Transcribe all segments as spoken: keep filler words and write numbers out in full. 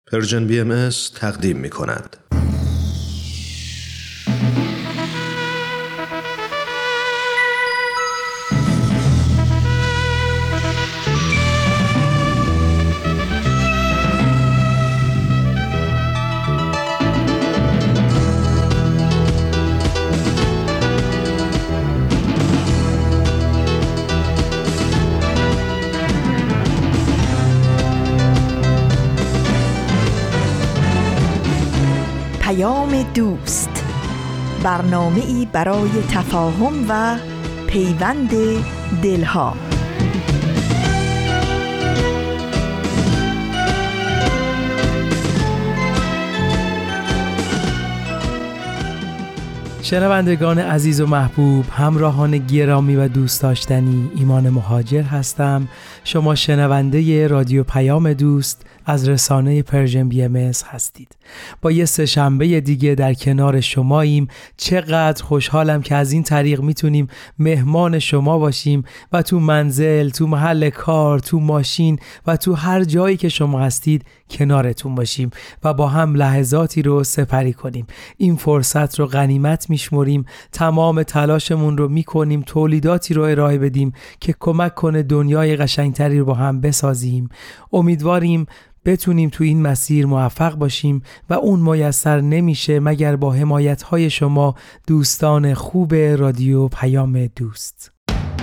پرژن بی ام اس تقدیم می کند. دوست، برنامه‌ای برای تفاهم و پیوند دلها. شنوندگان عزیز و محبوب، همراهان گرامی و دوست داشتنی، ایمان مهاجر هستم. شما شنونده رادیو پیام دوست از رسانه پرژن بی ام اس هستید. با یه سه شنبه دیگه در کنار شماییم. چقدر خوشحالم که از این طریق میتونیم مهمان شما باشیم و تو منزل، تو محل کار، تو ماشین و تو هر جایی که شما هستید کنارتون باشیم و با هم لحظاتی رو سپری کنیم. این فرصت رو غنیمت میشمریم، تمام تلاشمون رو میکنیم تولیداتی رو ارائه بدیم که کمک کنه دنیای قشنگتری رو با هم بسازیم. امیدواریم بتونیم تو این مسیر موفق باشیم و اون میسر نمیشه مگر با حمایت‌های شما دوستان خوب رادیو پیام دوست.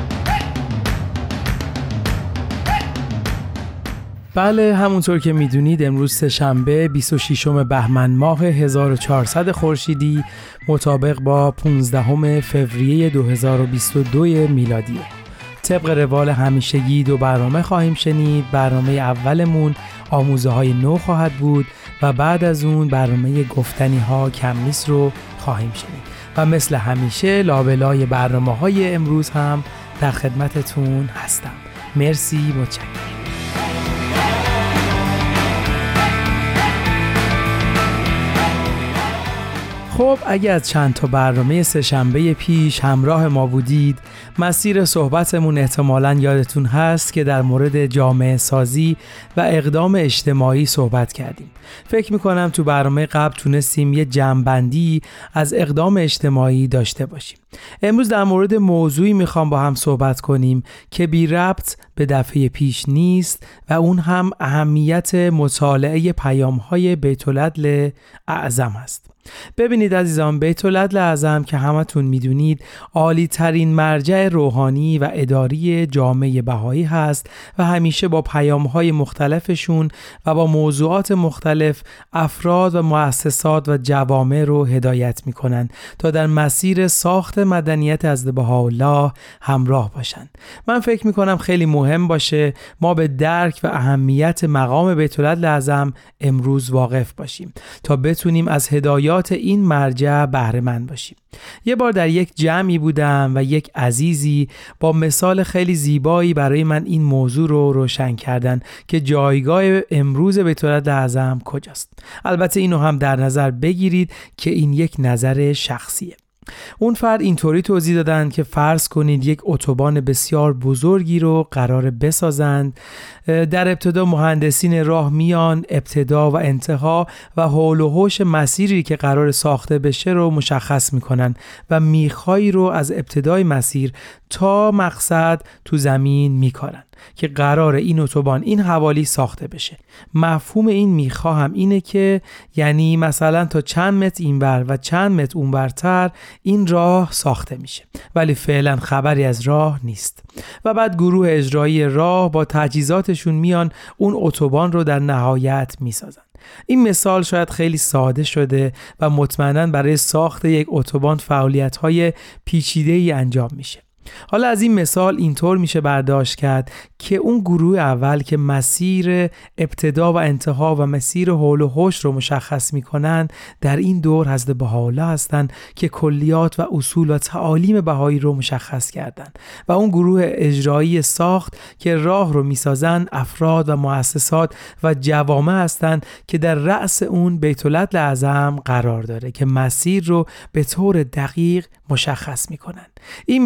بله، همونطور که میدونید امروز سه‌شنبه بیست و ششم بهمن ماه هزار و چهارصد خورشیدی مطابق با پانزدهم فوریه دو هزار و بیست و دو میلادیه. طبق روال همیشگی دو برنامه خواهیم شنید. برنامه اولمون آموزه های نو خواهد بود و بعد از اون برنامه گفتنی ها کم نیست رو خواهیم شنید و مثل همیشه لابلای برنامه های امروز هم در خدمتتون هستم. مرسی، متشکرم. خب اگه از چند تا برنامه سه شنبه پیش همراه ما بودید، مسیر صحبتمون احتمالاً یادتون هست که در مورد جامعه سازی و اقدام اجتماعی صحبت کردیم. فکر میکنم تو برنامه قبل تونستیم یه جمع‌بندی از اقدام اجتماعی داشته باشیم. امروز در مورد موضوعی میخوام با هم صحبت کنیم که بی ربط به دفعه پیش نیست و اون هم اهمیت مطالعه پیام‌های بیت العدل اعظم است. ببینید عزیزان، بیت العدل اعظم که همتون میدونید عالی ترین مرجع روحانی و اداری جامعه بهایی هست و همیشه با پیام‌های مختلفشون و با موضوعات مختلف افراد و مؤسسات و جوامع رو هدایت میکنن تا در مسیر ساخت مدنیت حضرت بهاءالله همراه باشن. من فکر میکنم خیلی مهم باشه ما به درک و اهمیت مقام بیت العدل اعظم امروز واقف باشیم تا بتونیم از هدایات این مرجع بهره مند باشیم. یه بار در یک جمعی بودم و یک عزیزی با مثال خیلی زیبایی برای من این موضوع رو روشن کردن که جایگاه امروز بیت العدل اعظم کجاست. البته اینو هم در نظر بگیرید که این یک نظر شخصیه. اون فرد اینطوری توضیح دادن که فرض کنید یک اتوبان بسیار بزرگی رو قرار بسازند. در ابتدا مهندسین راه میان ابتدا و انتها و حول و حوش مسیری که قرار ساخته بشه رو مشخص میکنن و میخایی رو از ابتدای مسیر تا مقصد تو زمین میکارن که قرار این اتوبان این حوالی ساخته بشه. مفهوم این میخا هم اینه که یعنی مثلا تا چند متر اینور و چند متر اونورتر این راه ساخته میشه، ولی فعلا خبری از راه نیست. و بعد گروه اجرایی راه با تجهیزاتشون میان اون اتوبان رو در نهایت میسازن. این مثال شاید خیلی ساده شده و مطمئناً برای ساخت یک اتوبان فعالیت‌های پیچیده‌ای انجام میشه. حالا از این مثال اینطور میشه برداشت کرد که اون گروه اول که مسیر ابتدا و انتها و مسیر حول و حوش رو مشخص میکنن در این دور حضرت بهاءالله هستن که کلیات و اصول و تعالیم بهایی رو مشخص کردن و اون گروه اجرایی ساخت که راه رو میسازن افراد و مؤسسات و جوامع هستن که در رأس اون بیت العدل اعظم قرار داره که مسیر رو به طور دقیق مشخص میکنن. این مثال بر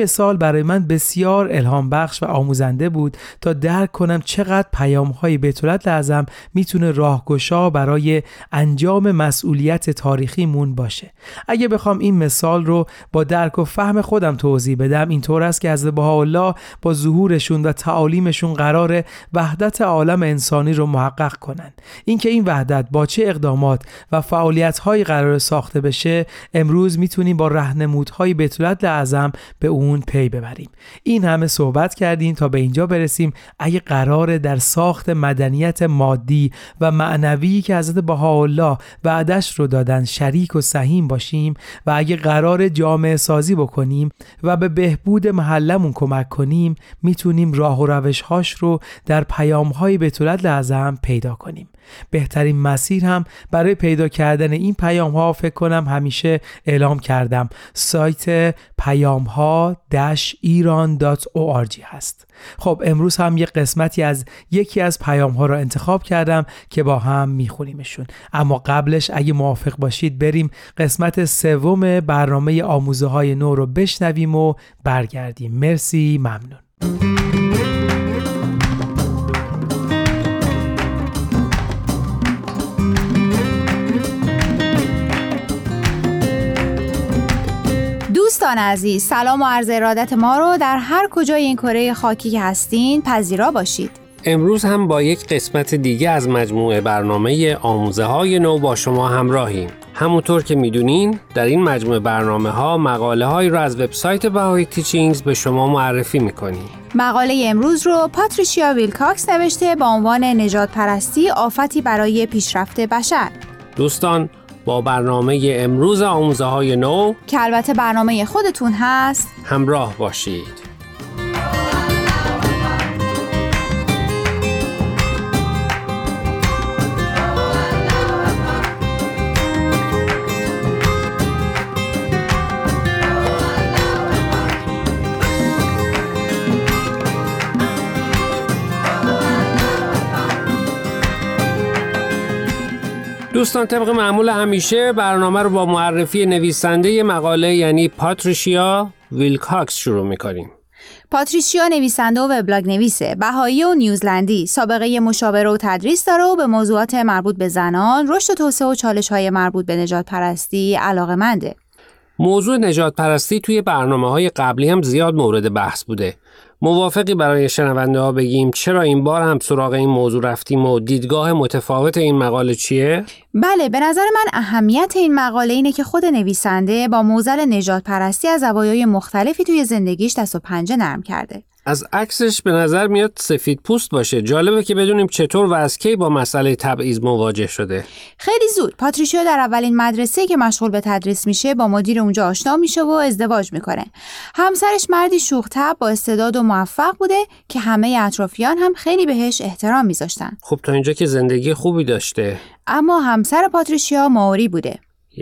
برای من بسیار الهام بخش و آموزنده بود تا درک کنم چقدر پیام‌های بیت‌العدل اعظم میتونه راهگشا برای انجام مسئولیت تاریخیمون باشه. اگه بخوام این مثال رو با درک و فهم خودم توضیح بدم، اینطور است که حضرت بهاءالله با ظهورشون و تعالیمشون قرار وحدت عالم انسانی رو محقق کنن. اینکه این وحدت با چه اقدامات و فعالیت‌هایی قرار ساخته بشه، امروز میتونیم با راهنمودهای بیت‌العدل اعظم به اون پی ببریم. این همه صحبت کردیم تا به اینجا برسیم. اگه قراره در ساخت مدنیت مادی و معنوی که حضرت بهاءالله وعدش رو دادن شریک و سهیم باشیم و اگه قراره جامعه سازی بکنیم و به بهبود محلمون کمک کنیم، میتونیم راه و روش‌هاش رو در پیام‌های بیت‌العدل اعظم پیدا کنیم. بهترین مسیر هم برای پیدا کردن این پیام ها فکر کنم همیشه اعلام کردم، سایت پیامها ایران دات او آر جی هست. خب امروز هم یک قسمتی از یکی از پیام ها را انتخاب کردم که با هم میخونیمشون، اما قبلش اگه موافق باشید بریم قسمت سوم برنامه آموزه های نو رو بشنویم و برگردیم. مرسی، ممنون. دوستان عزیز، سلام و عرض ارادت ما رو در هر کجای این کره خاکی که هستین پذیرا باشید. امروز هم با یک قسمت دیگه از مجموعه برنامه آموزه های نو با شما همراهیم. همونطور که میدونین در این مجموعه برنامه ها مقاله هایی رو از وبسایت بهایی تیچینگز به شما معرفی میکنیم. مقاله امروز رو پاتریشیا ویلکاکس نوشته با عنوان نژاد پرستی آفتی برای پیشرفت بشر. دوستان با برنامه امروز آموزه های نو که البته برنامه خودتون هست همراه باشید. دوستان طبق معمول همیشه برنامه رو با معرفی نویسنده مقاله یعنی پاتریشیا ویلکاکس شروع می‌کنیم. پاتریشیا نویسنده و وبلاگ نویسه، بهایی و نیوزلندی، سابقه مشاوره و تدریس داره و به موضوعات مربوط به زنان، رشد و توسعه و چالش‌های مربوط به نژاد پرستی علاقه‌منده. موضوع نژاد پرستی توی برنامه‌های قبلی هم زیاد مورد بحث بوده. موافقی برای شنونده ها بگیم چرا این بار هم سراغ این موضوع رفتیم و دیدگاه متفاوت این مقاله چیه؟ بله، به نظر من اهمیت این مقاله اینه که خود نویسنده با معضل نژاد پرستی از زوایای مختلفی توی زندگیش دست و پنجه نرم کرده. از عکسش به نظر میاد سفید پوست باشه. جالبه که بدونیم چطور و از کی با مسئله تبعیض مواجه شده. خیلی زود پاتریشیا در اولین مدرسه که مشغول به تدریس میشه با مدیر اونجا آشنا میشه و ازدواج میکنه. همسرش مردی شوخ طبع با استعداد و موفق بوده که همه اطرافیان هم خیلی بهش احترام میذاشتن. خب تا اینجا که زندگی خوبی داشته. اما همسر پاتریشیا مائوری بوده.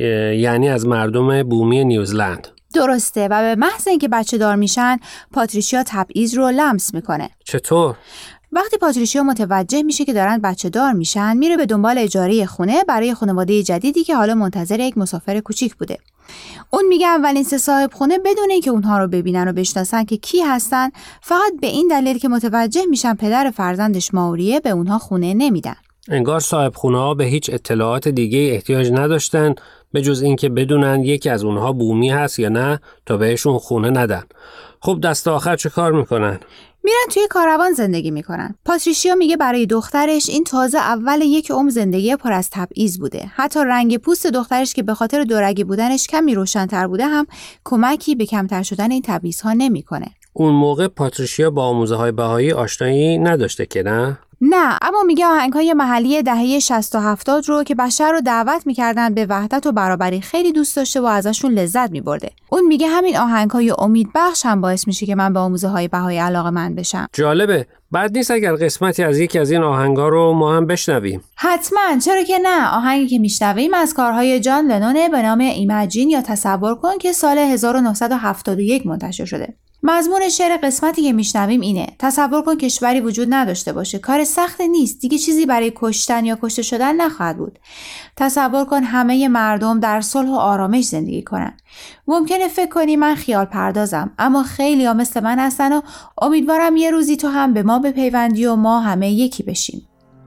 یعنی از مردم بومی نیوزلند. درسته، و به محض اینکه بچه دار میشن پاتریشیا تبعیض رو لمس میکنه. چطور؟ وقتی پاتریشیا متوجه میشه که دارن بچه دار میشن، میره به دنبال اجاره خونه برای خانواده جدیدی که حالا منتظر یک مسافر کوچیک بوده. اون میگه اولین سه صاحب خونه بدون اینکه اونها رو ببینن و بشناسن که کی هستن، فقط به این دلیل که متوجه میشن پدر فرزندش مائوریه به اونها خونه نمیدن. انگار صاحب خونه ها به هیچ اطلاعات دیگه احتیاج نداشتن به جز اینکه بدونن یکی از اونها بومی هست یا نه تا بهشون خونه ندن. خب دست آخر چه کار میکنن؟ میرن توی کاروان زندگی میکنن. پاتریشیا میگه برای دخترش این تازه اول یک عمر زندگی پر از تبعیض بوده. حتی رنگ پوست دخترش که به خاطر دورگی بودنش کمی روشن‌تر بوده هم کمکی به کمتر شدن این تبعیض‌ها نمیکنه. اون موقع پاتریشیا با آموزه‌های بهایی آشنایی نداشته که نه؟ نه، اما میگه آهنگ‌های محلی دهه شصت و هفتاد رو که بشر رو دعوت می‌کردن به وحدت و برابری خیلی دوست داشته و ازشون لذت می‌برده. اون میگه همین آهنگ‌های امیدبخش هم باعث میشه که من به آموزه‌های بهایی علاقه‌مند بشم. جالبه. بد نیست اگر قسمتی از یکی از این آهنگ‌ها رو ما هم بشنویم. حتما، چرا که نه. آهنگی که میشنویم از کارهای جان لنونه به نام ایمجین یا تصور کن که سال هزار و نهصد و هفتاد و یک منتشر شده. مضمون شعر قسمتی که میشنویم اینه: تصور کن کشوری وجود نداشته باشه. کار سخت نیست. دیگه چیزی برای کشتن یا کشته شدن نخواهد بود. تصور کن همه مردم در صلح و آرامش زندگی کنن. ممکنه فکر کنی من خیال پردازم، اما خیلی ها مثل من هستن و امیدوارم یه روزی تو هم به ما بپیوندی و ما همه یکی بشیم.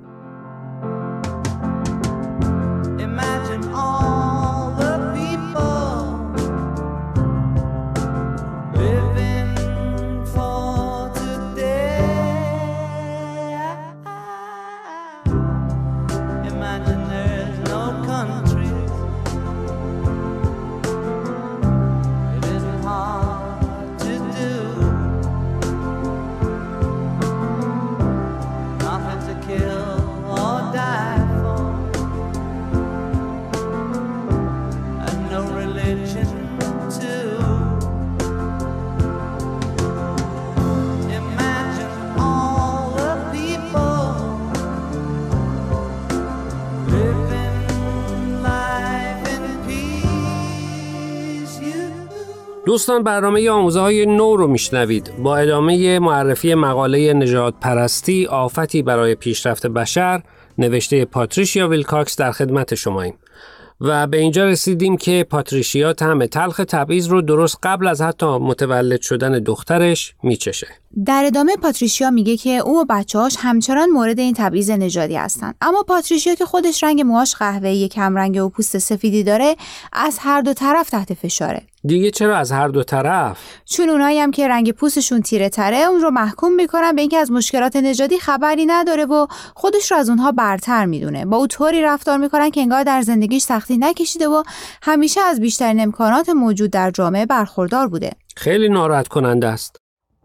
دوستان، برنامه آموزه‌های نو رو میشنوید. با ادامه معرفی مقاله نژاد پرستی آفتی برای پیشرفت بشر نوشته پاتریشیا ویلکاکس در خدمت شماییم و به اینجا رسیدیم که پاتریشیا طعم تلخ تبعیض رو درست قبل از حتی متولد شدن دخترش میچشه. در ادامه پاتریشیا میگه که او و بچه‌هاش همچنان مورد این تبعیض نژادی هستن، اما پاتریشیا که خودش رنگ موهاش قهوه‌ای، کم رنگ و پوست سفیدی داره، از هر دو طرف تحت فشاره. دیگه چرا از هر دو طرف؟ چون اونایی هم که رنگ پوستشون تیره تره اون رو محکوم میکنن به اینکه از مشکلات نژادی خبری نداره و خودش رو از اونها برتر میدونه. با او طوری رفتار میکنن که انگار در زندگیش سختی نکشیده و همیشه از بیشترین امکانات موجود در جامعه برخوردار بوده. خیلی ناراحت کننده است.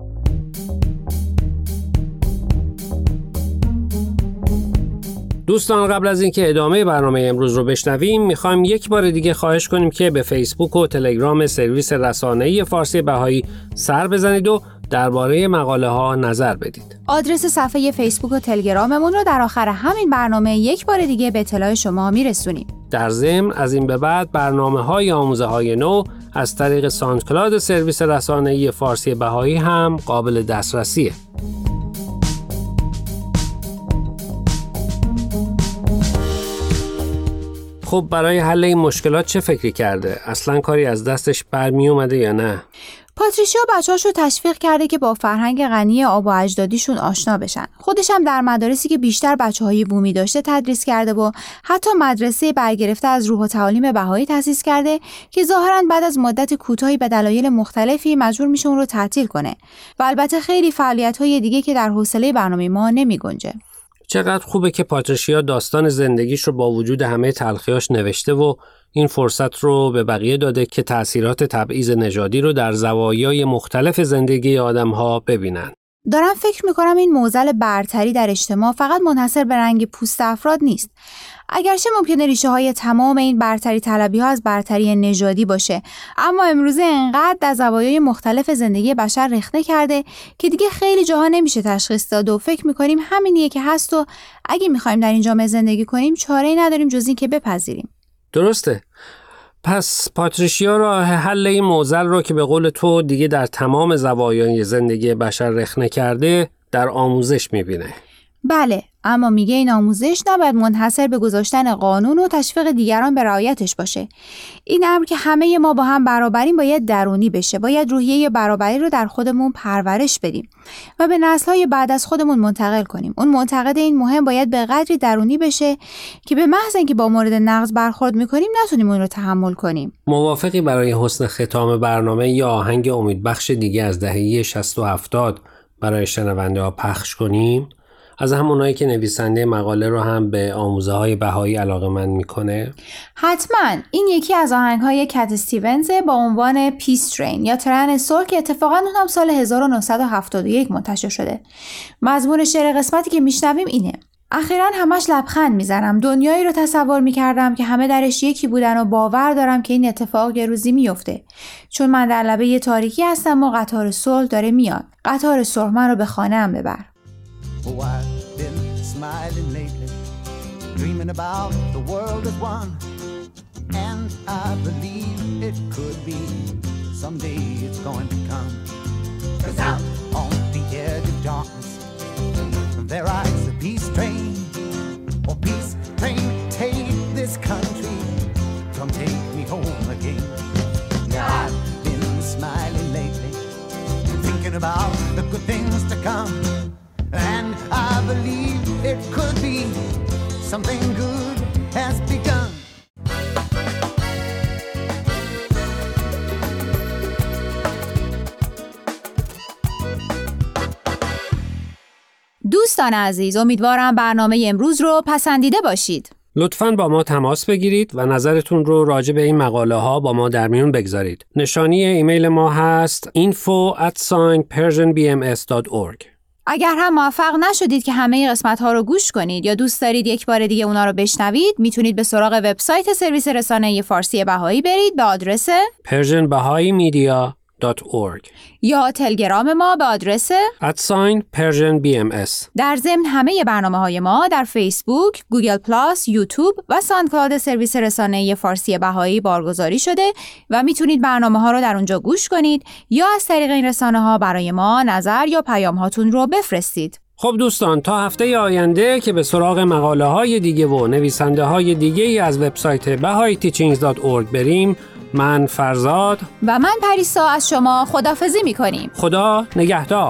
دوستان، قبل از اینکه ادامه برنامه امروز رو بشنویم میخوایم یک بار دیگه خواهش کنیم که به فیسبوک و تلگرام سرویس رسانه‌ای فارسی بهایی سر بزنید و درباره مقاله ها نظر بدید. آدرس صفحه فیسبوک و تلگراممون رو در آخر همین برنامه یک بار دیگه به اطلاع شما میرسونیم. در ضمن از این به بعد برنامه‌های آموزه‌های نو از طریق ساندکلاد سرویس رسانه‌ای فارسی بهایی هم قابل دسترسیه. خب برای حل این مشکلات چه فکری کرده؟ اصلا کاری از دستش برمی اومده یا نه؟ پاتریشیا بچه‌هاشو تشویق کرده که با فرهنگ غنی آب و اجدادیشون آشنا بشن. خودش هم در مدارسی که بیشتر بچه‌های بومی داشته تدریس کرده و حتی مدرسه برگرفته از روح و تعالیم بهایی تأسیس کرده که ظاهراً بعد از مدت کوتاهی به دلایل مختلفی مجبور میشه اون رو تعطیل کنه. و البته خیلی فعالیت‌های دیگه که در حوصله برنامه ما نمی‌گنجه. چقدر خوبه که پاتریشیا داستان زندگیش رو با وجود همه تلخیاش نوشته و این فرصت رو به بقیه داده که تأثیرات تبعیض نژادی رو در زوایای مختلف زندگی آدم‌ها ببینن. دارم فکر میکنم این معضل برتری در اجتماع فقط منحصر به رنگ پوست افراد نیست. اگرچه ممکنه ریشه های تمام این برتری طلبی ها از برتری نژادی باشه، اما امروزه انقدر در زوایای مختلف زندگی بشر رخنه کرده که دیگه خیلی جاها نمیشه تشخیص داد و فکر میکنیم همینیه که هست و اگه میخوایم در این جامعه زندگی کنیم چاره‌ای نداریم جز این که بپذیریم. درسته. پس پاتریشیا راه حل این معضل رو که به قول تو دیگه در تمام زوایای زندگی بشر رخنه کرده در آموزش میبینه. بله، اما میگه این آموزش نباید منحصر به گذاشتن قانون و تشویق دیگران به رعایتش باشه. این امر که همه ما با هم برابریم باید درونی بشه. باید روحیه برابری رو در خودمون پرورش بدیم و به نسل‌های بعد از خودمون منتقل کنیم. اون معتقد این مهم باید به قدری درونی بشه که به محض اینکه با مورد نقض برخورد میکنیم نتونیم اون رو تحمل کنیم. موافقی برای حسن ختام برنامه یا آهنگ امیدبخش دیگه از دهه شصت و هفتاد برای شنونده ها پخش کنیم؟ از همونایی که نویسنده مقاله رو هم به آموزه‌های بهایی علاقه‌مند میکنه؟ حتما. این یکی از آهنگ‌های کت استیونز با عنوان پیس ترین یا ترن صلح که اتفاقاً اون هم سال هزار و نهصد و هفتاد و یک منتشر شده. مضمون شعر قسمتی که میشنویم اینه: اخیراً همش لبخند میزنم. دنیایی رو تصور میکردم که همه درش یکی بودن و باور دارم که این اتفاق یه روزی میفته. چون من در لبه یه تاریکی هستم و قطار صلح داره میاد. قطار صلح من رو به خانه‌ام ببر. Oh, I've been smiling lately, dreaming about the world as one, and I believe it could be, someday it's going to come. 'Cause out on the edge of darkness there rides a peace train. Oh, peace train, take this country, come take me home again. Now I've been smiling lately, thinking about the good things to come, and I believe it could be something good has begun. دوستان عزیز، امیدوارم برنامه امروز رو پسندیده باشید. لطفاً با ما تماس بگیرید و نظرتون رو راجع به این مقاله ها با ما در میون بگذارید. نشانی ایمیل ما هست info at persian b m s dot org. اگر هم موفق نشدید که همه قسمت ها رو گوش کنید یا دوست دارید یک بار دیگه اونا رو بشنوید، میتونید به سراغ وبسایت سرویس رسانه فارسی بهایی برید به آدرس persian bahai media dot org یا تلگرام ما به آدرس at persian b m s. در ضمن همه برنامه های ما در فیسبوک، گوگل پلاس، یوتیوب و ساندکلاود سرویس رسانه فارسی بهایی بارگذاری شده و میتونید برنامه ها رو در اونجا گوش کنید یا از طریق این رسانه ها برای ما نظر یا پیام هاتون رو بفرستید. خب دوستان، تا هفته آینده که به سراغ مقاله های دیگه و نویسنده های دیگه ای از وبسایت بهایی تیچینگز دات اورگ بریم، من فرزاد و من پریسا از شما خداحافظی می‌کنیم. خدا نگهدار.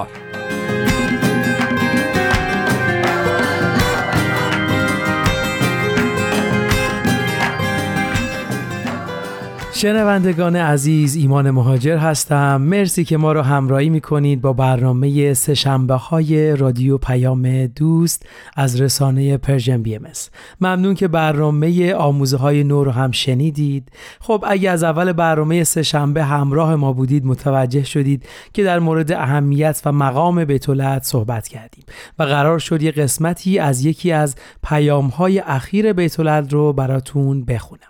شنوندگان عزیز، ایمان مهاجر هستم. مرسی که ما رو همراهی میکنید با برنامه سه شنبه های رادیو پیام دوست از رسانه پرژن بی ام اس. ممنون که برنامه آموزه های نو رو هم شنیدید. خب اگه از اول برنامه سه شنبه همراه ما بودید متوجه شدید که در مورد اهمیت و مقام بیت‌العدل صحبت کردیم و قرار شد یه قسمتی از یکی از پیام های اخیر بیت‌العدل رو براتون بخونم.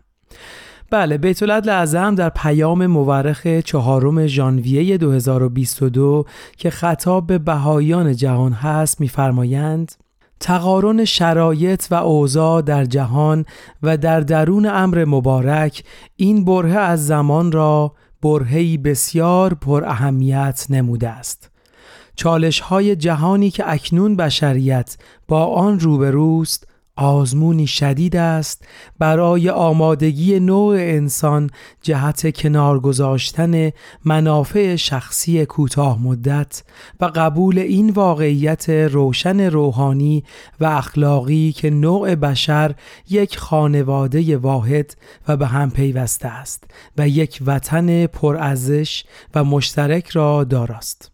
بله، بیت‌العدل اعظم در پیام مورخ چهارم ژانویه دو هزار و بیست و دو که خطاب به بهائیان جهان هست می‌فرمایند: تقارن شرایط و اوضاع در جهان و در درون امر مبارک این برهه از زمان را برهه‌ای بسیار پر اهمیت نموده است. چالش‌های جهانی که اکنون بشریت با آن روبروست آزمونی شدید است برای آمادگی نوع انسان جهت کنار گذاشتن منافع شخصی کوتاه مدت و قبول این واقعیت روشن روحانی و اخلاقی که نوع بشر یک خانواده واحد و به هم پیوسته است و یک وطن پرارزش و مشترک را داراست.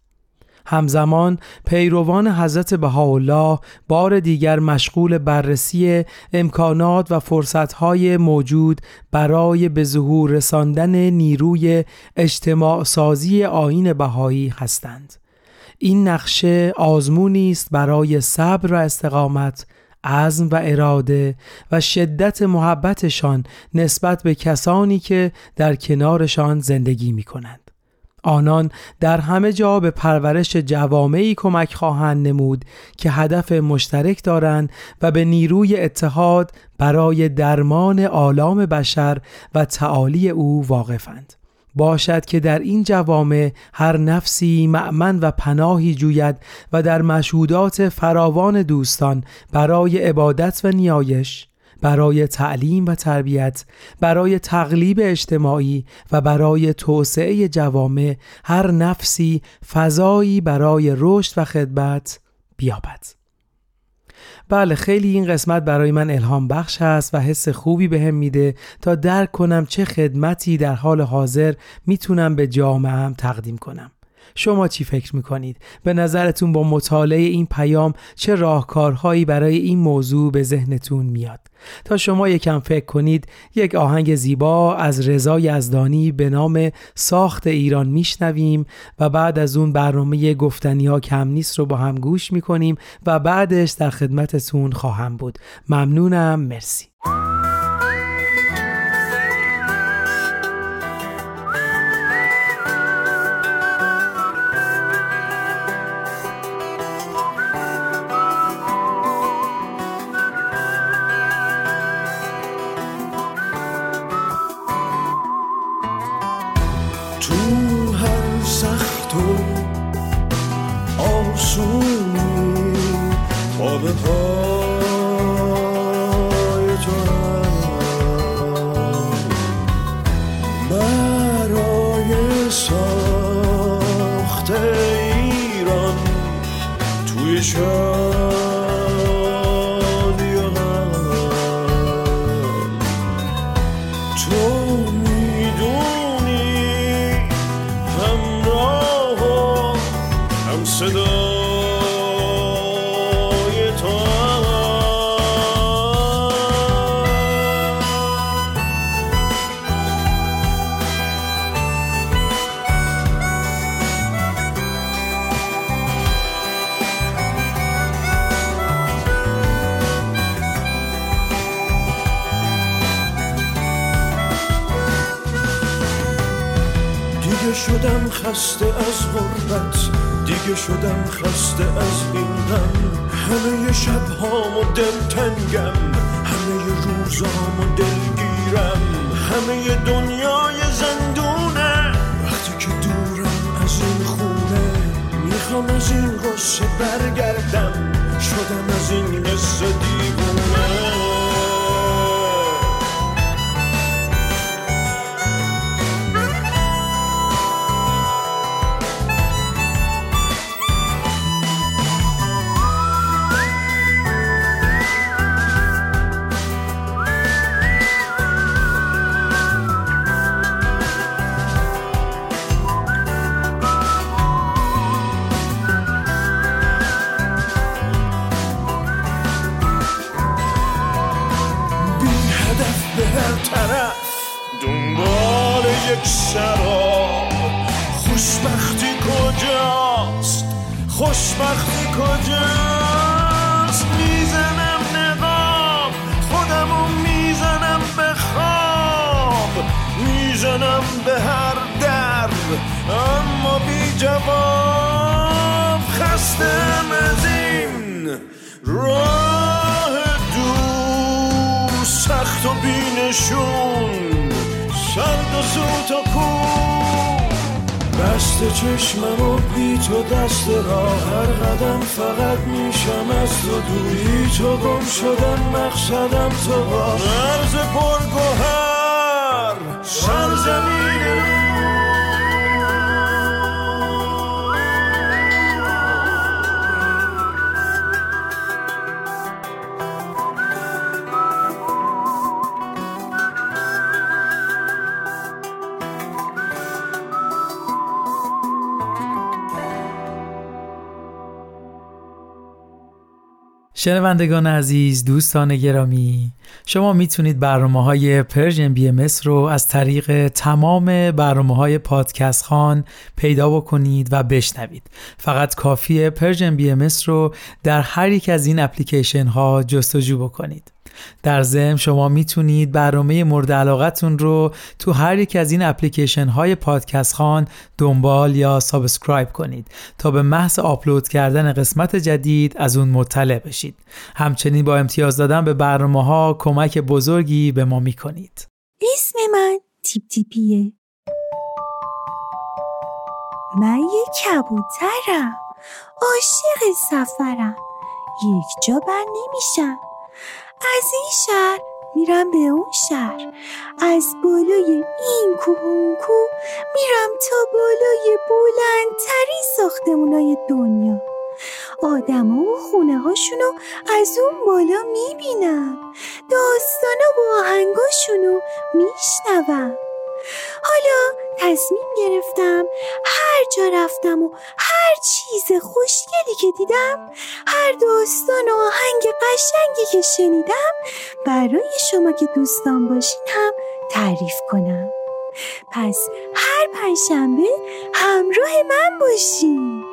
همزمان پیروان حضرت بهاءالله بار دیگر مشغول بررسی امکانات و فرصت‌های موجود برای به ظهور رساندن نیروی اجتماع سازی آیین بهایی هستند. این نقشه آزمونی است برای صبر و استقامت، عزم و اراده و شدت محبتشان نسبت به کسانی که در کنارشان زندگی می‌کنند. آنان در همه جا به پرورش جوامعی کمک خواهند نمود که هدف مشترک دارند و به نیروی اتحاد برای درمان آلام بشر و تعالی او واقفند. باشد که در این جوامع هر نفسی مأمن و پناهی جوید و در مشهودات فراوان دوستان برای عبادت و نیایش، برای تعلیم و تربیت، برای تقلیب اجتماعی و برای توسعه جوامع هر نفسی فضایی برای رشد و خدمت بیابد. بله، خیلی این قسمت برای من الهام بخش است و حس خوبی بهم میده تا درک کنم چه خدمتی در حال حاضر میتونم به جامعه‌ام تقدیم کنم. شما چی فکر میکنید؟ به نظرتون با مطالعه این پیام چه راهکارهایی برای این موضوع به ذهنتون میاد؟ تا شما یکم فکر کنید، یک آهنگ زیبا از رضا یزدانی به نام ساخت ایران میشنویم و بعد از اون برنامه گفتنی ها کم نیست رو با هم گوش میکنیم و بعدش در خدمتتون خواهم بود. ممنونم، مرسی. همه پای تو برای ساخت ایران توی شادی و غم تو میدونی همراه و هم صدا شدم خسته از غربت، دیگه شدم خسته از این غم. همه شبهامو دلتنگم، همه روزامو دلگیرم، همه دنیای زندونه وقتی که دورم از این خونه. میخوام از این قصه برگردم، شدم از این قصه دیوونه. دنبال یک شراب، خوشبختی کجاست؟ خوشبختی کجاست؟ میزنم نقاب، خودمو میزنم به خواب، میزنم به هر در اما بی جواب. خستم از این راه دور، سخت و بینشون، سرد و سوت و کور. بسته چشمم و بی تو دست راه، هر قدم فقط میشم از تو دوری. تو گم شدم مقصدم تو باش، مرز پرگوهر سرزمین. شنوندگان عزیز، دوستان گرامی، شما میتونید برنامه‌های پرژن بی ام اس رو از طریق تمام برنامه‌های پادکست خان پیدا بکنید و بشنوید. فقط کافیه پرژن بی ام اس رو در هر یک از این اپلیکیشن ها جستجو بکنید. در ضمن شما میتونید برنامه مورد علاقتون رو تو هر یک از این اپلیکیشن های پادکست خان دنبال یا سابسکرایب کنید تا به محض آپلود کردن قسمت جدید از اون مطلع بشید. همچنین با امتیاز دادن به برنامه ها کمک بزرگی به ما میکنید. اسم من تیپ تیپیه. من یه کبوترم، عاشق سفرم، یک جا بر نمیشم. از این شهر میرم به اون شهر، از بالای این کوه و اون کوه میرم تا بالای بلندترین ساختمونای دنیا. آدما و خونه هاشونو از اون بالا میبینم، داستانا و آهنگاشونو میشنوم. حالا تصمیم گرفتم هر جا رفتم و هر چیز خوشگلی که دیدم، هر داستان و آهنگ قشنگی که شنیدم، برای شما که دوستان باشین هم تعریف کنم. پس هر پنجشنبه همراه من باشین.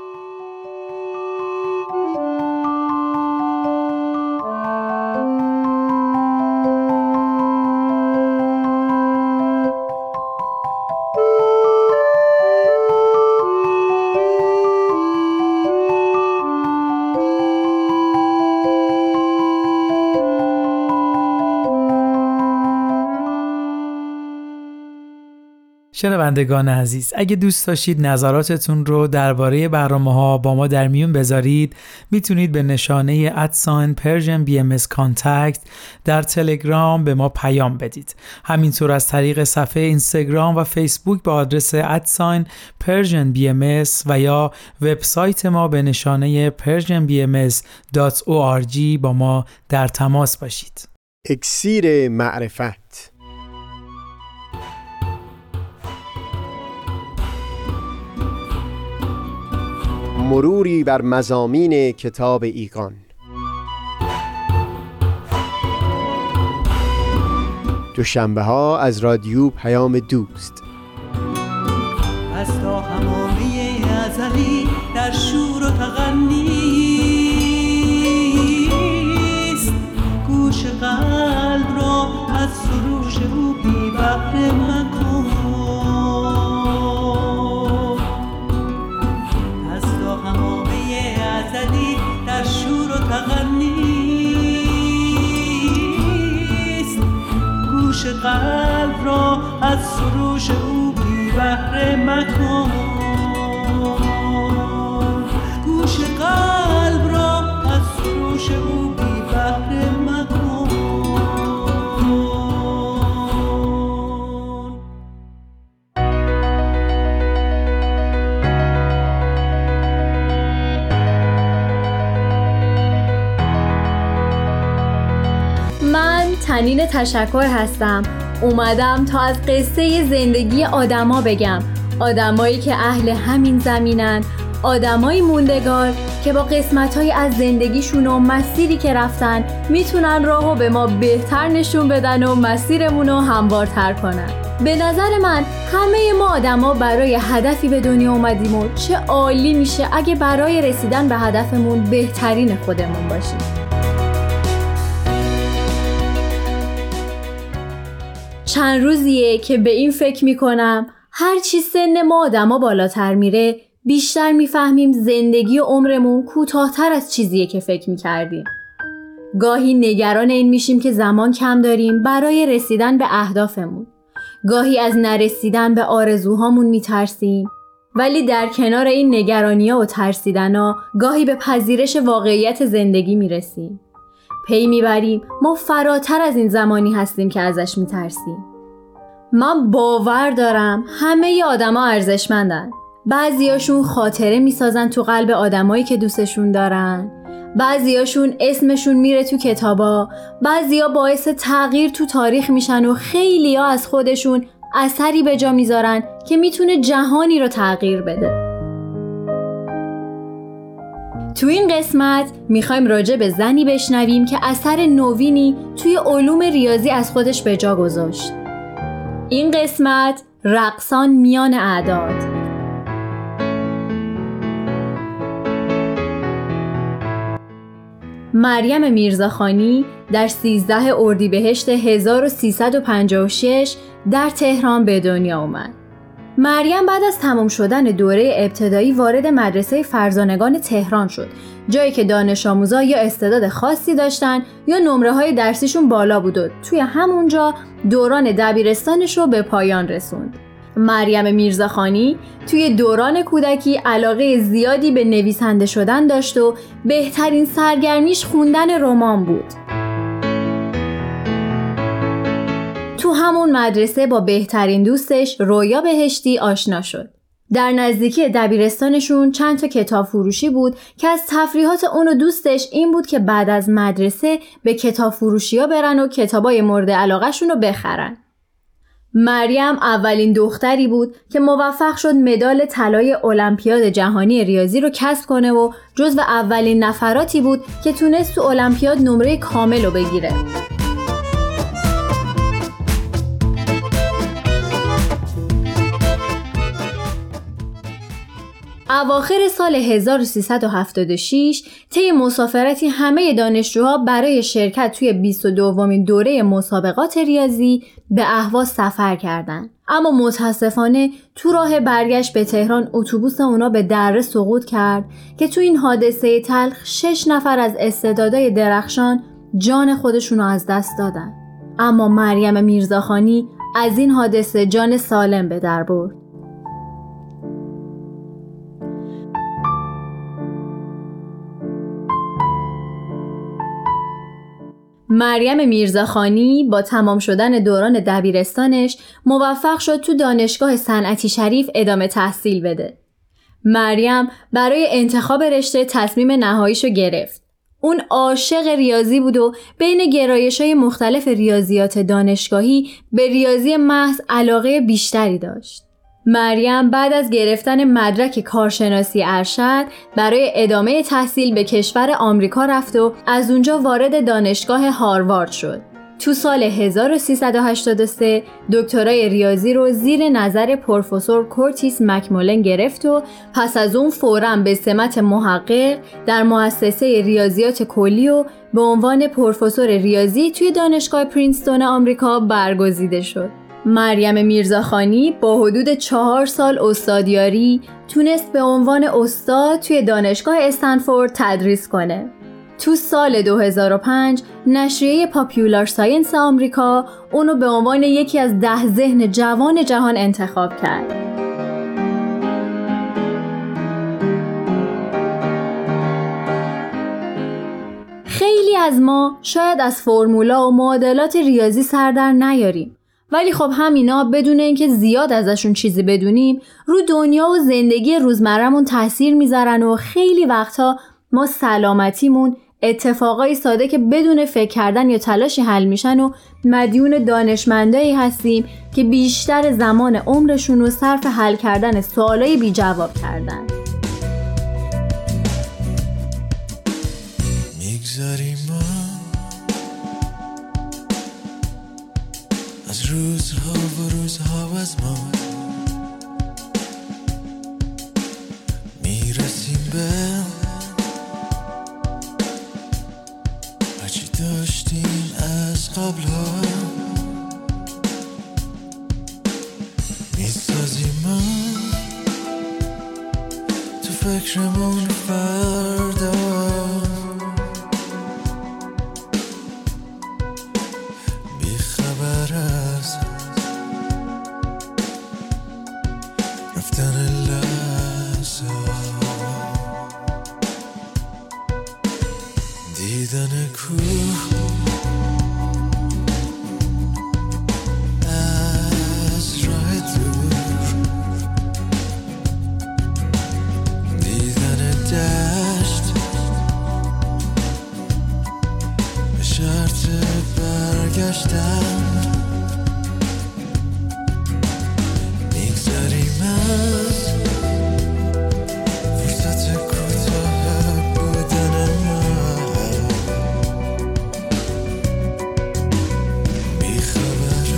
شنوندگان عزیز، اگه دوست داشتید نظراتتون رو درباره برنامه‌ها با ما در میون بذارید، میتونید به نشانه ادساین پرژن بی ام اس کانتکت در تلگرام به ما پیام بدید. همینطور از طریق صفحه اینستاگرام و فیسبوک به آدرس ادساین پرژن بی ام اس و یا وبسایت ما به نشانه پرژن بی ام اس دات او آر جی با ما در تماس باشید. اکسیر معرفت. مروری بر مضامین کتاب ایقان. دوشنبه ها از رادیو پیام دوست. از تا همامه ازلی در شور و تغنیست، گوش قلب را از سروش او بی بحر مکن. در شور و تغنیست، گوش قلب را از سروش او بی بهره مکن. گوش قلب را از سروش او بی بهره مکن. تنین تشکر هستم. اومدم تا از قصه زندگی آدما بگم. آدمایی که اهل همین زمینن، آدمای موندگار که با قسمت‌های از زندگیشون و مسیری که رفتن میتونن راهو به ما بهتر نشون بدن و مسیرمونو هموارتر کنن. به نظر من همه ما آدما برای هدفی به دنیا اومدیم و چه عالی میشه اگه برای رسیدن به هدفمون بهترین خودمون باشیم. چند روزیه که به این فکر میکنم هر چی سن ما آدما بالاتر میره بیشتر میفهمیم زندگی و عمرمون کوتاه‌تر از چیزیه که فکر میکردیم. گاهی نگران این میشیم که زمان کم داریم برای رسیدن به اهدافمون. گاهی از نرسیدن به آرزوهامون میترسیم. ولی در کنار این نگرانی‌ها و ترسیدن‌ها گاهی به پذیرش واقعیت زندگی میرسیم. پی میبریم ما فراتر از این زمانی هستیم که ازش میترسیم. من باور دارم همه آدما ارزشمندن. بعضیاشون خاطره میسازن تو قلب آدمایی که دوستشون دارن، بعضیاشون اسمشون میره تو کتابا، بعضیا باعث تغییر تو تاریخ میشن و خیلیا از خودشون اثری به جا میذارن که میتونه جهانی رو تغییر بده. تو این قسمت میخوایم راجع به زنی بشنویم که اثر نوینی توی علوم ریاضی از خودش به جا گذاشت. این قسمت رقصان میان اعداد. مریم میرزاخانی در سیزده اردیبهشت هزار و سیصد و پنجاه و شش در تهران به دنیا اومد. مریم بعد از تمام شدن دوره ابتدایی وارد مدرسه فرزانگان تهران شد، جایی که دانش آموزا یا استعداد خاصی داشتن یا نمره های درسیشون بالا بود و توی همونجا دوران دبیرستانش رو به پایان رسوند. مریم میرزاخانی توی دوران کودکی علاقه زیادی به نویسنده شدن داشت و بهترین سرگرمیش خوندن رمان بود. تو همون مدرسه با بهترین دوستش رویا بهشتی آشنا شد. در نزدیکی دبیرستانشون چند تا کتاب فروشی بود که از تفریحات اون و دوستش این بود که بعد از مدرسه به کتاب فروشی‌ها برن و کتابای مورد علاقه‌شون رو بخرن. مریم اولین دختری بود که موفق شد مدال طلای المپیاد جهانی ریاضی رو کسب کنه و جزو اولین نفراتی بود که تونست تو المپیاد نمره کامل رو بگیره. اواخر سال هزار و سیصد و هفتاد و شش طی مسافرتی همه دانشجوها برای شرکت توی بیست و دومین دوره مسابقات ریاضی به اهواز سفر کردند. اما متاسفانه تو راه برگشت به تهران اتوبوس اونا به دره سقوط کرد که تو این حادثه تلخ شش نفر از استعدادای درخشان جان خودشونو از دست دادن. اما مریم میرزاخانی از این حادثه جان سالم به در برد. مریم میرزاخانی با تمام شدن دوران دبیرستانش موفق شد تو دانشگاه صنعتی شریف ادامه تحصیل بده. مریم برای انتخاب رشته تصمیم نهاییشو گرفت. اون عاشق ریاضی بود و بین گرایش‌های مختلف ریاضیات دانشگاهی به ریاضی محض علاقه بیشتری داشت. مریم بعد از گرفتن مدرک کارشناسی ارشد برای ادامه تحصیل به کشور آمریکا رفت و از اونجا وارد دانشگاه هاروارد شد. تو سال هزار و سیصد و هشتاد و سه دکترای ریاضی رو زیر نظر پروفسور کورتیس مکمولن گرفت و پس از اون فوراً به سمت محقق در مؤسسه ریاضیات کلی و به عنوان پروفسور ریاضی توی دانشگاه پرینستون آمریکا برگزیده شد. مریم میرزاخانی با حدود چهار سال استادیاری تونست به عنوان استاد توی دانشگاه استنفورد تدریس کنه. تو سال دو هزار و پنج نشریه پاپیولار ساینس آمریکا اونو به عنوان یکی از ده ذهن جوان جهان انتخاب کرد. خیلی از ما شاید از فرمولا و معادلات ریاضی سر در نیاریم، ولی خب همینا بدون اینکه زیاد ازشون چیزی بدونیم رو دنیا و زندگی روزمرمون تأثیر میذارن و خیلی وقتا ما سلامتیمون اتفاقای ساده که بدون فکر کردن یا تلاشی حل میشن و مدیون دانشمندایی هستیم که بیشتر زمان عمرشون رو صرف حل کردن سوالای بی جواب کردن. میگذاریم ما از روزها و روزها از ما میرسیم به هرچی داشتیم از قبل ها، میسازیم ما تو فکرمون فردا، بیخبر از رفتن لحظه، دیدن کوه از راه دور، دیدن دشت به شرط برگشتن، میگذاریم از فرصت کوتاه بودن ما، بیخبر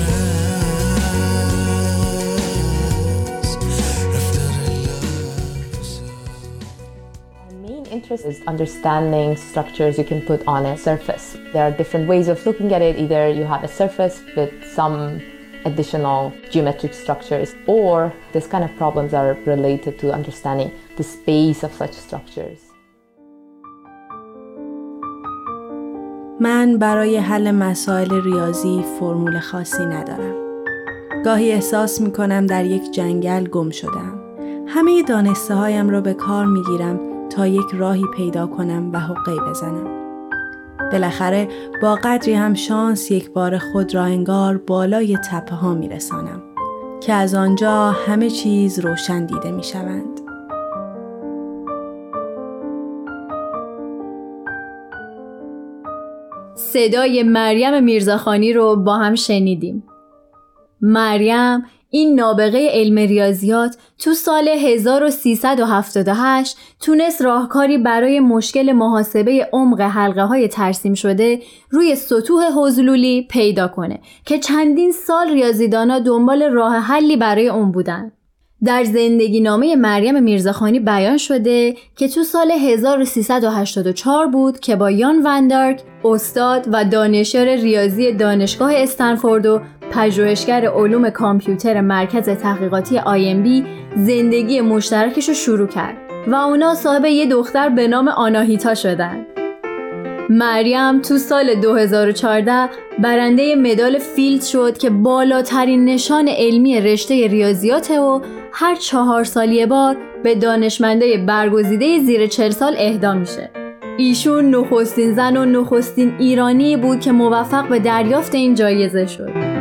از رفتن لحظه. Our main interest is understanding structures you can put on a surface. There are different ways of looking at it. Either you have a surface with some additional geometric structures, or this kind of problems are related to understanding the space of such structures. من برای حل مسائل ریاضی فرمول خاصی ندارم. گاهی احساس می کنم در یک جنگل گم شدم. همه دانسته هایم را به کار می گیرم تا یک راهی پیدا کنم و حقه بزنم. بالاخره با قدری هم شانس یک بار خود را انگار بالای تپه ها می رسانم که از آنجا همه چیز روشن دیده می شوند. صدای مریم میرزاخانی رو با هم شنیدیم. مریم این نابغه علم ریاضیات تو سال هزار و سیصد و هفتاد و هشت تونست راهکاری برای مشکل محاسبه عمق حلقه های ترسیم شده روی سطوح حضلولی پیدا کنه که چندین سال ریاضیدانا دنبال راه حلی برای اون بودن. در زندگی نامه مریم میرزاخانی بیان شده که تو سال هزار و سیصد و هشتاد و چهار بود که با یان وندارک، استاد و دانشیار ریاضی دانشگاه استنفورد و پژوهشگر علوم کامپیوتر مرکز تحقیقاتی آی ام بی زندگی مشترکش رو شروع کرد و اونا صاحب یه دختر به نام آناهیتا شدن. مریم تو سال دو هزار و چهارده برنده مدال فیلد شد که بالاترین نشان علمی رشته ریاضیاته و هر چهار سال یه بار به دانشمنده برگزیده زیر چهل سال اهدا میشه. ایشون نخستین زن و نخستین ایرانی بود که موفق به دریافت این جایزه شد.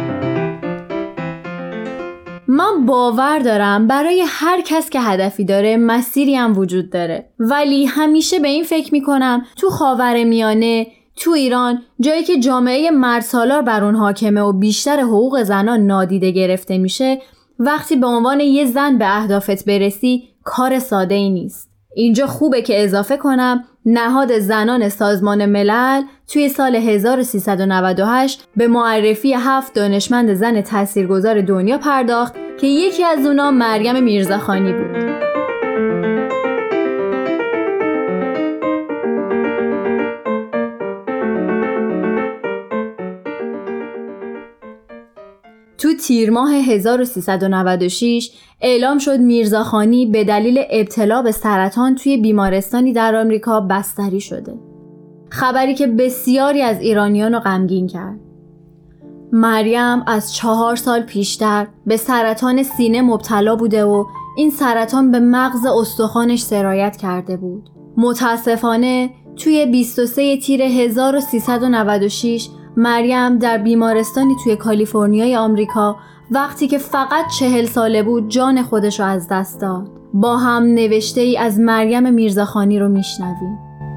من باور دارم برای هر کس که هدفی داره مسیری هم وجود داره، ولی همیشه به این فکر میکنم تو خاورمیانه، تو ایران، جایی که جامعه مردسالار بر اون حاکمه و بیشتر حقوق زنان نادیده گرفته میشه، وقتی به عنوان یه زن به اهدافت برسی کار ساده ای نیست. اینجا خوبه که اضافه کنم نهاد زنان سازمان ملل توی سال هزار و سیصد و نود و هشت به معرفی هفت دانشمند زن تاثیرگذار دنیا پرداخت که یکی از اونا مریم میرزاخانی بود. تو تیر ماه هزار و سیصد و نود و شش اعلام شد میرزاخانی به دلیل ابتلا به سرطان توی بیمارستانی در آمریکا بستری شده. خبری که بسیاری از ایرانیان رو غمگین کرد. مریم از چهار سال پیشتر به سرطان سینه مبتلا بوده و این سرطان به مغز استخوانش سرایت کرده بود. متاسفانه توی بیست و سوم تیر هزار و سیصد و نود و شش مریم در بیمارستانی توی کالیفرنیای آمریکا وقتی که فقط چهل ساله بود جان خودش رو از دست داد. با هم نوشته ای از مریم میرزاخانی رو میشنویم.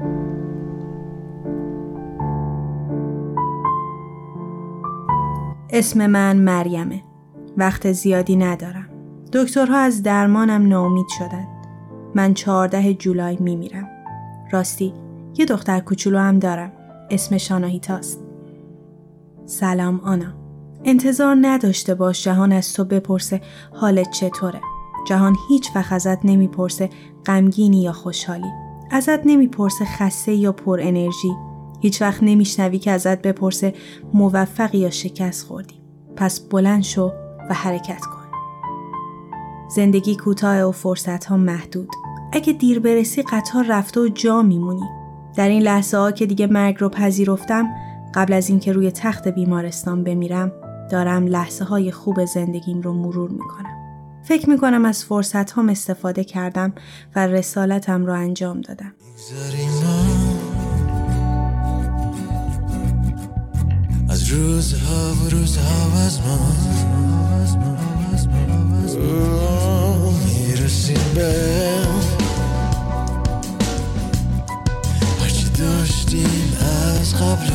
اسم من مریمه. وقت زیادی ندارم. دکترها از درمانم ناامید شدند. من چهاردهم جولای میمیرم. راستی یه دختر کوچولو هم دارم. اسمش آناهیتاست. سلام آنا. انتظار نداشته باش جهان از تو بپرسه حالت چطوره. جهان هیچ وقت ازت نمیپرسه غمگینی یا خوشحالی. ازت نمیپرسه خسته یا پر انرژی. هیچ وقت نمیشنوی که ازت بپرسه موفقی یا شکست خوردی. پس بلند شو و حرکت کن. زندگی کوتاه و فرصت‌ها محدود. اگه دیر برسی قطار رفته و جا میمونی. در این لحظه ها که دیگه مرگ رو پذیرفتم، قبل از اینکه روی تخت بیمارستان بمیرم، دارم لحظه های خوب زندگیم رو مرور میکنم. فکر میکنم از فرصت هم استفاده کردم و رسالتم رو انجام دادم. از روزها و روزها از ما میرسیم به هرچی داشتیم از قبل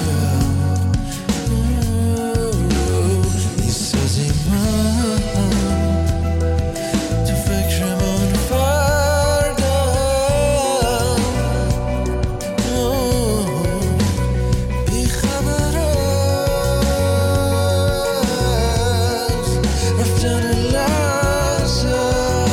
میسازیم تو فکرمون فردا بی خبر از رفتن لحظه.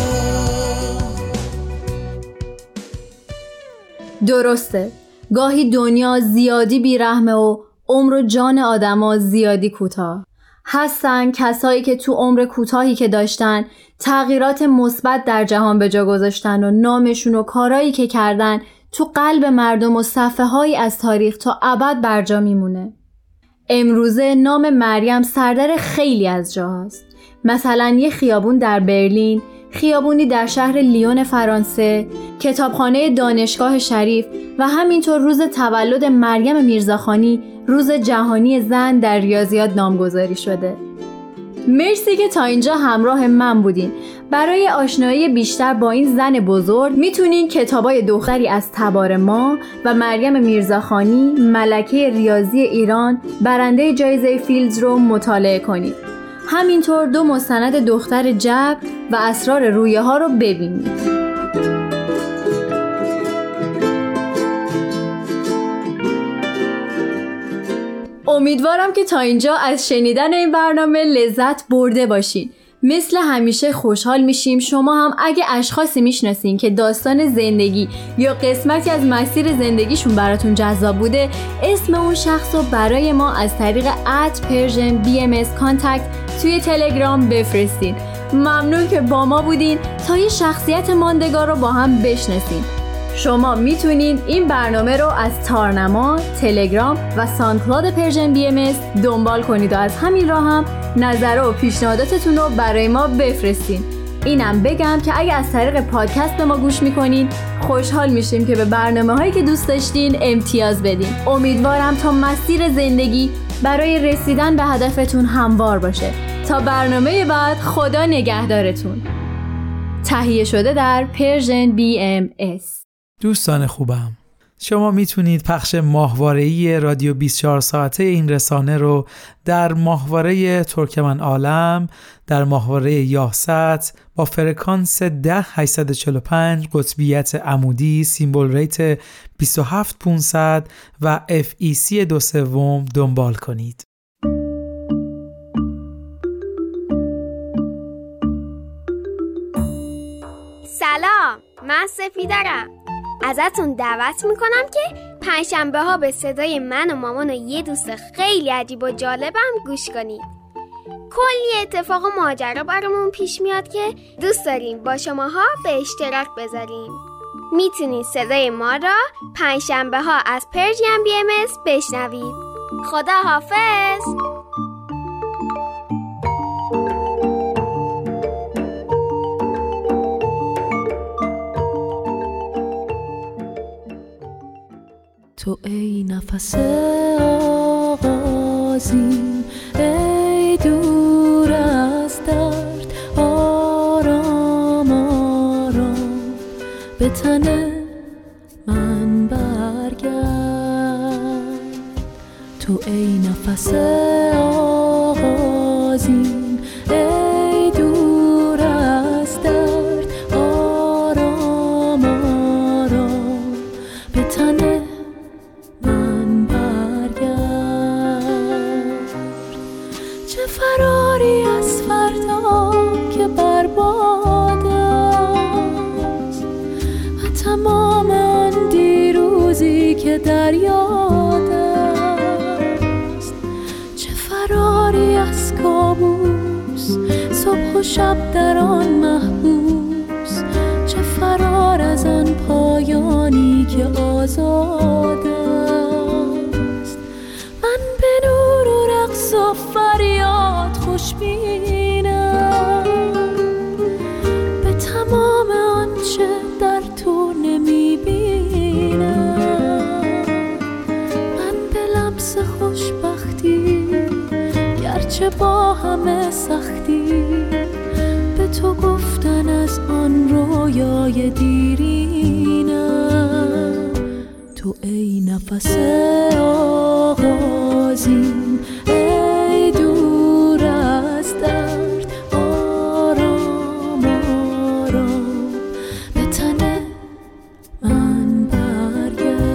درسته، گاهی دنیا زیادی بیرحمه و عمر و جان آدما زیادی کوتاه. هستن کسایی که تو عمر کوتاهی که داشتن تغییرات مثبت در جهان به جا گذاشتن و نامشون و کارایی که کردن تو قلب مردم و صفحه‌هایی از تاریخ تا ابد برجا میمونه. امروزه نام مریم سردر خیلی از جاهاست. مثلا یه خیابون در برلین، خیابونی در شهر لیون فرانسه، کتابخانه دانشگاه شریف و همینطور روز تولد مریم میرزاخانی، روز جهانی زن در ریاضیات نامگذاری شده. مرسی که تا اینجا همراه من بودین. برای آشنایی بیشتر با این زن بزرگ میتونین کتابای دختری از تبار ما و مریم میرزاخانی، ملکه ریاضی ایران، برنده جایزه فیلدز رو مطالعه کنید. همینطور دو مستند دختر جبر و اسرار رویه ها رو ببینید. امیدوارم که تا اینجا از شنیدن این برنامه لذت برده باشین. مثل همیشه خوشحال میشیم شما هم اگه اشخاصی میشناسین که داستان زندگی یا قسمتی از مسیر زندگیشون براتون جذاب بوده، اسم اون شخص رو برای ما از طریق ات پرژن بی ام اس کانتکت توی تلگرام بفرستین. ممنون که با ما بودین تا یه شخصیت ماندگار رو با هم بشناسین. شما میتونید این برنامه رو از تارنما، تلگرام و ساندکلاود پرژن بی ام اس دنبال کنید و از همین راه هم نظر و پیشنهاداتتون رو برای ما بفرستین. اینم بگم که اگه از طریق پادکست به ما گوش میکنین خوشحال میشیم که به برنامه هایی که دوست داشتین امتیاز بدین. امیدوارم تا مسیر زندگی برای رسیدن به هدفتون هموار باشه. تا برنامه بعد، خدا نگهدارتون. تهیه شده در پرژن بی ام اس. دوستان خوبم، شما میتونید پخش ماهواره‌ای رادیو بیست و چهار ساعته این رسانه رو در ماهواره ترکمن عالم، در ماهواره یاست با فرکانس ده هشتصد و چهل و پنج، قطبیت عمودی، سیمبل ریت بیست و هفت پانصد و اف ای سی دو سوم دنبال کنید. سلام، من سفیدرم. ازتون دعوت میکنم که پنجشنبه ها به صدای من و مامان و یه دوست خیلی عجیب و جالبم گوش کنید. کلی اتفاق و ماجرا برامون پیش میاد که دوست داریم با شماها به اشتراک بذاریم. میتونید صدای ما را پنجشنبه ها از پرژن بی ام اس بشنوید. خدا حافظ. تو ای نفس آغازین، ای دور از درد، آرام آرام به تن من برگرد. تو ای نفس آغازین، ای دور از درد، آرام آرام به تن فراری از فردا که برباد است و تمام آن دیروزی که در یاد است. چه فراری از کابوس، صبح و شب در آن محبوس. چه فرار از آن پایانی که آزاد است. من به نور و رقص و فریاد خوشبینم، به تمام آنچه در تو نمیبینم. من به لمس خوشبختی، گرچه با همه سختی، به تو گفتن از آن رویای دیرینم. تو ای نفس آغازین، ای دور از درد، آرام آرام به تن من برگرد.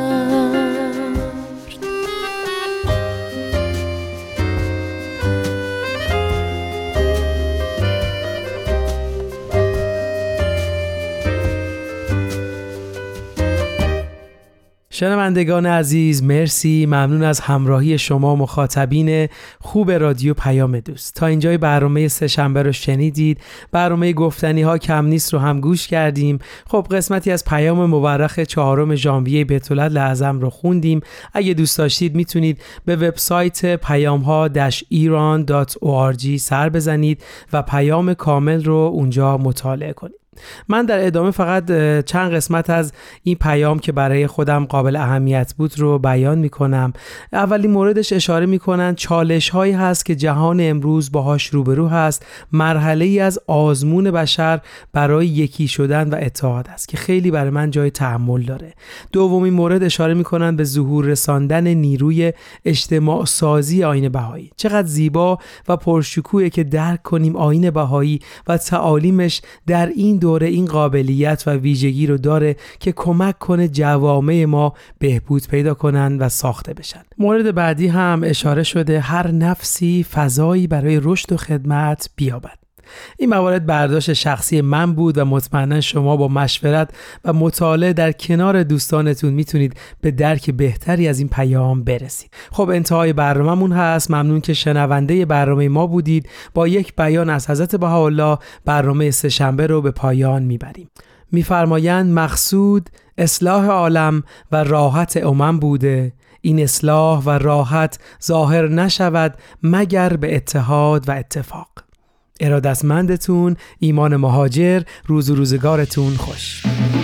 شنوندگان عزیز، مرسی، ممنون از همراهی شما مخاطبین خوب رادیو پیام دوست. تا اینجای برنامه سه شنبه رو شنیدید. برنامه گفتنی ها کم نیست رو هم گوش کردیم. خب قسمتی از پیام مورخ چهارم ژانویه بیت العدل اعظم رو خوندیم. اگه دوست داشتید میتونید به وبسایت پیامها ایران دات او آر جی سر بزنید و پیام کامل رو اونجا مطالعه کنید. من در ادامه فقط چند قسمت از این پیام که برای خودم قابل اهمیت بود رو بیان میکنم. اولی موردش اشاره میکنن چالش هایی هست که جهان امروز باهاش روبرو هست، مرحله ای از آزمون بشر برای یکی شدن و اتحاد است که خیلی برای من جای تأمل داره. دومین مورد اشاره میکنن به ظهور رساندن نیروی اجتماع سازی آیین بهایی. چقدر زیبا و پرشکوهه که درک کنیم آیین بهایی و تعالیمش در این دوره این قابلیت و ویژگی رو داره که کمک کنه جوامع ما بهبود پیدا کنن و ساخته بشن. مورد بعدی هم اشاره شده هر نفسی فضایی برای رشد و خدمت بیابد. این موارد برداشت شخصی من بود و مطمئنا شما با مشورت و مطالعه در کنار دوستانتون میتونید به درک بهتری از این پیام برسید. خب انتهای برنامه‌مون هست. ممنون که شنونده برنامه ما بودید. با یک بیان از حضرت بهاءالله برنامه سه شنبه رو به پایان میبریم. می‌فرمایند مقصود اصلاح عالم و راحت امم بوده. این اصلاح و راحت ظاهر نشود مگر به اتحاد و اتفاق. ارادتمندتون ایمان مهاجر. روز و روزگارتون خوش.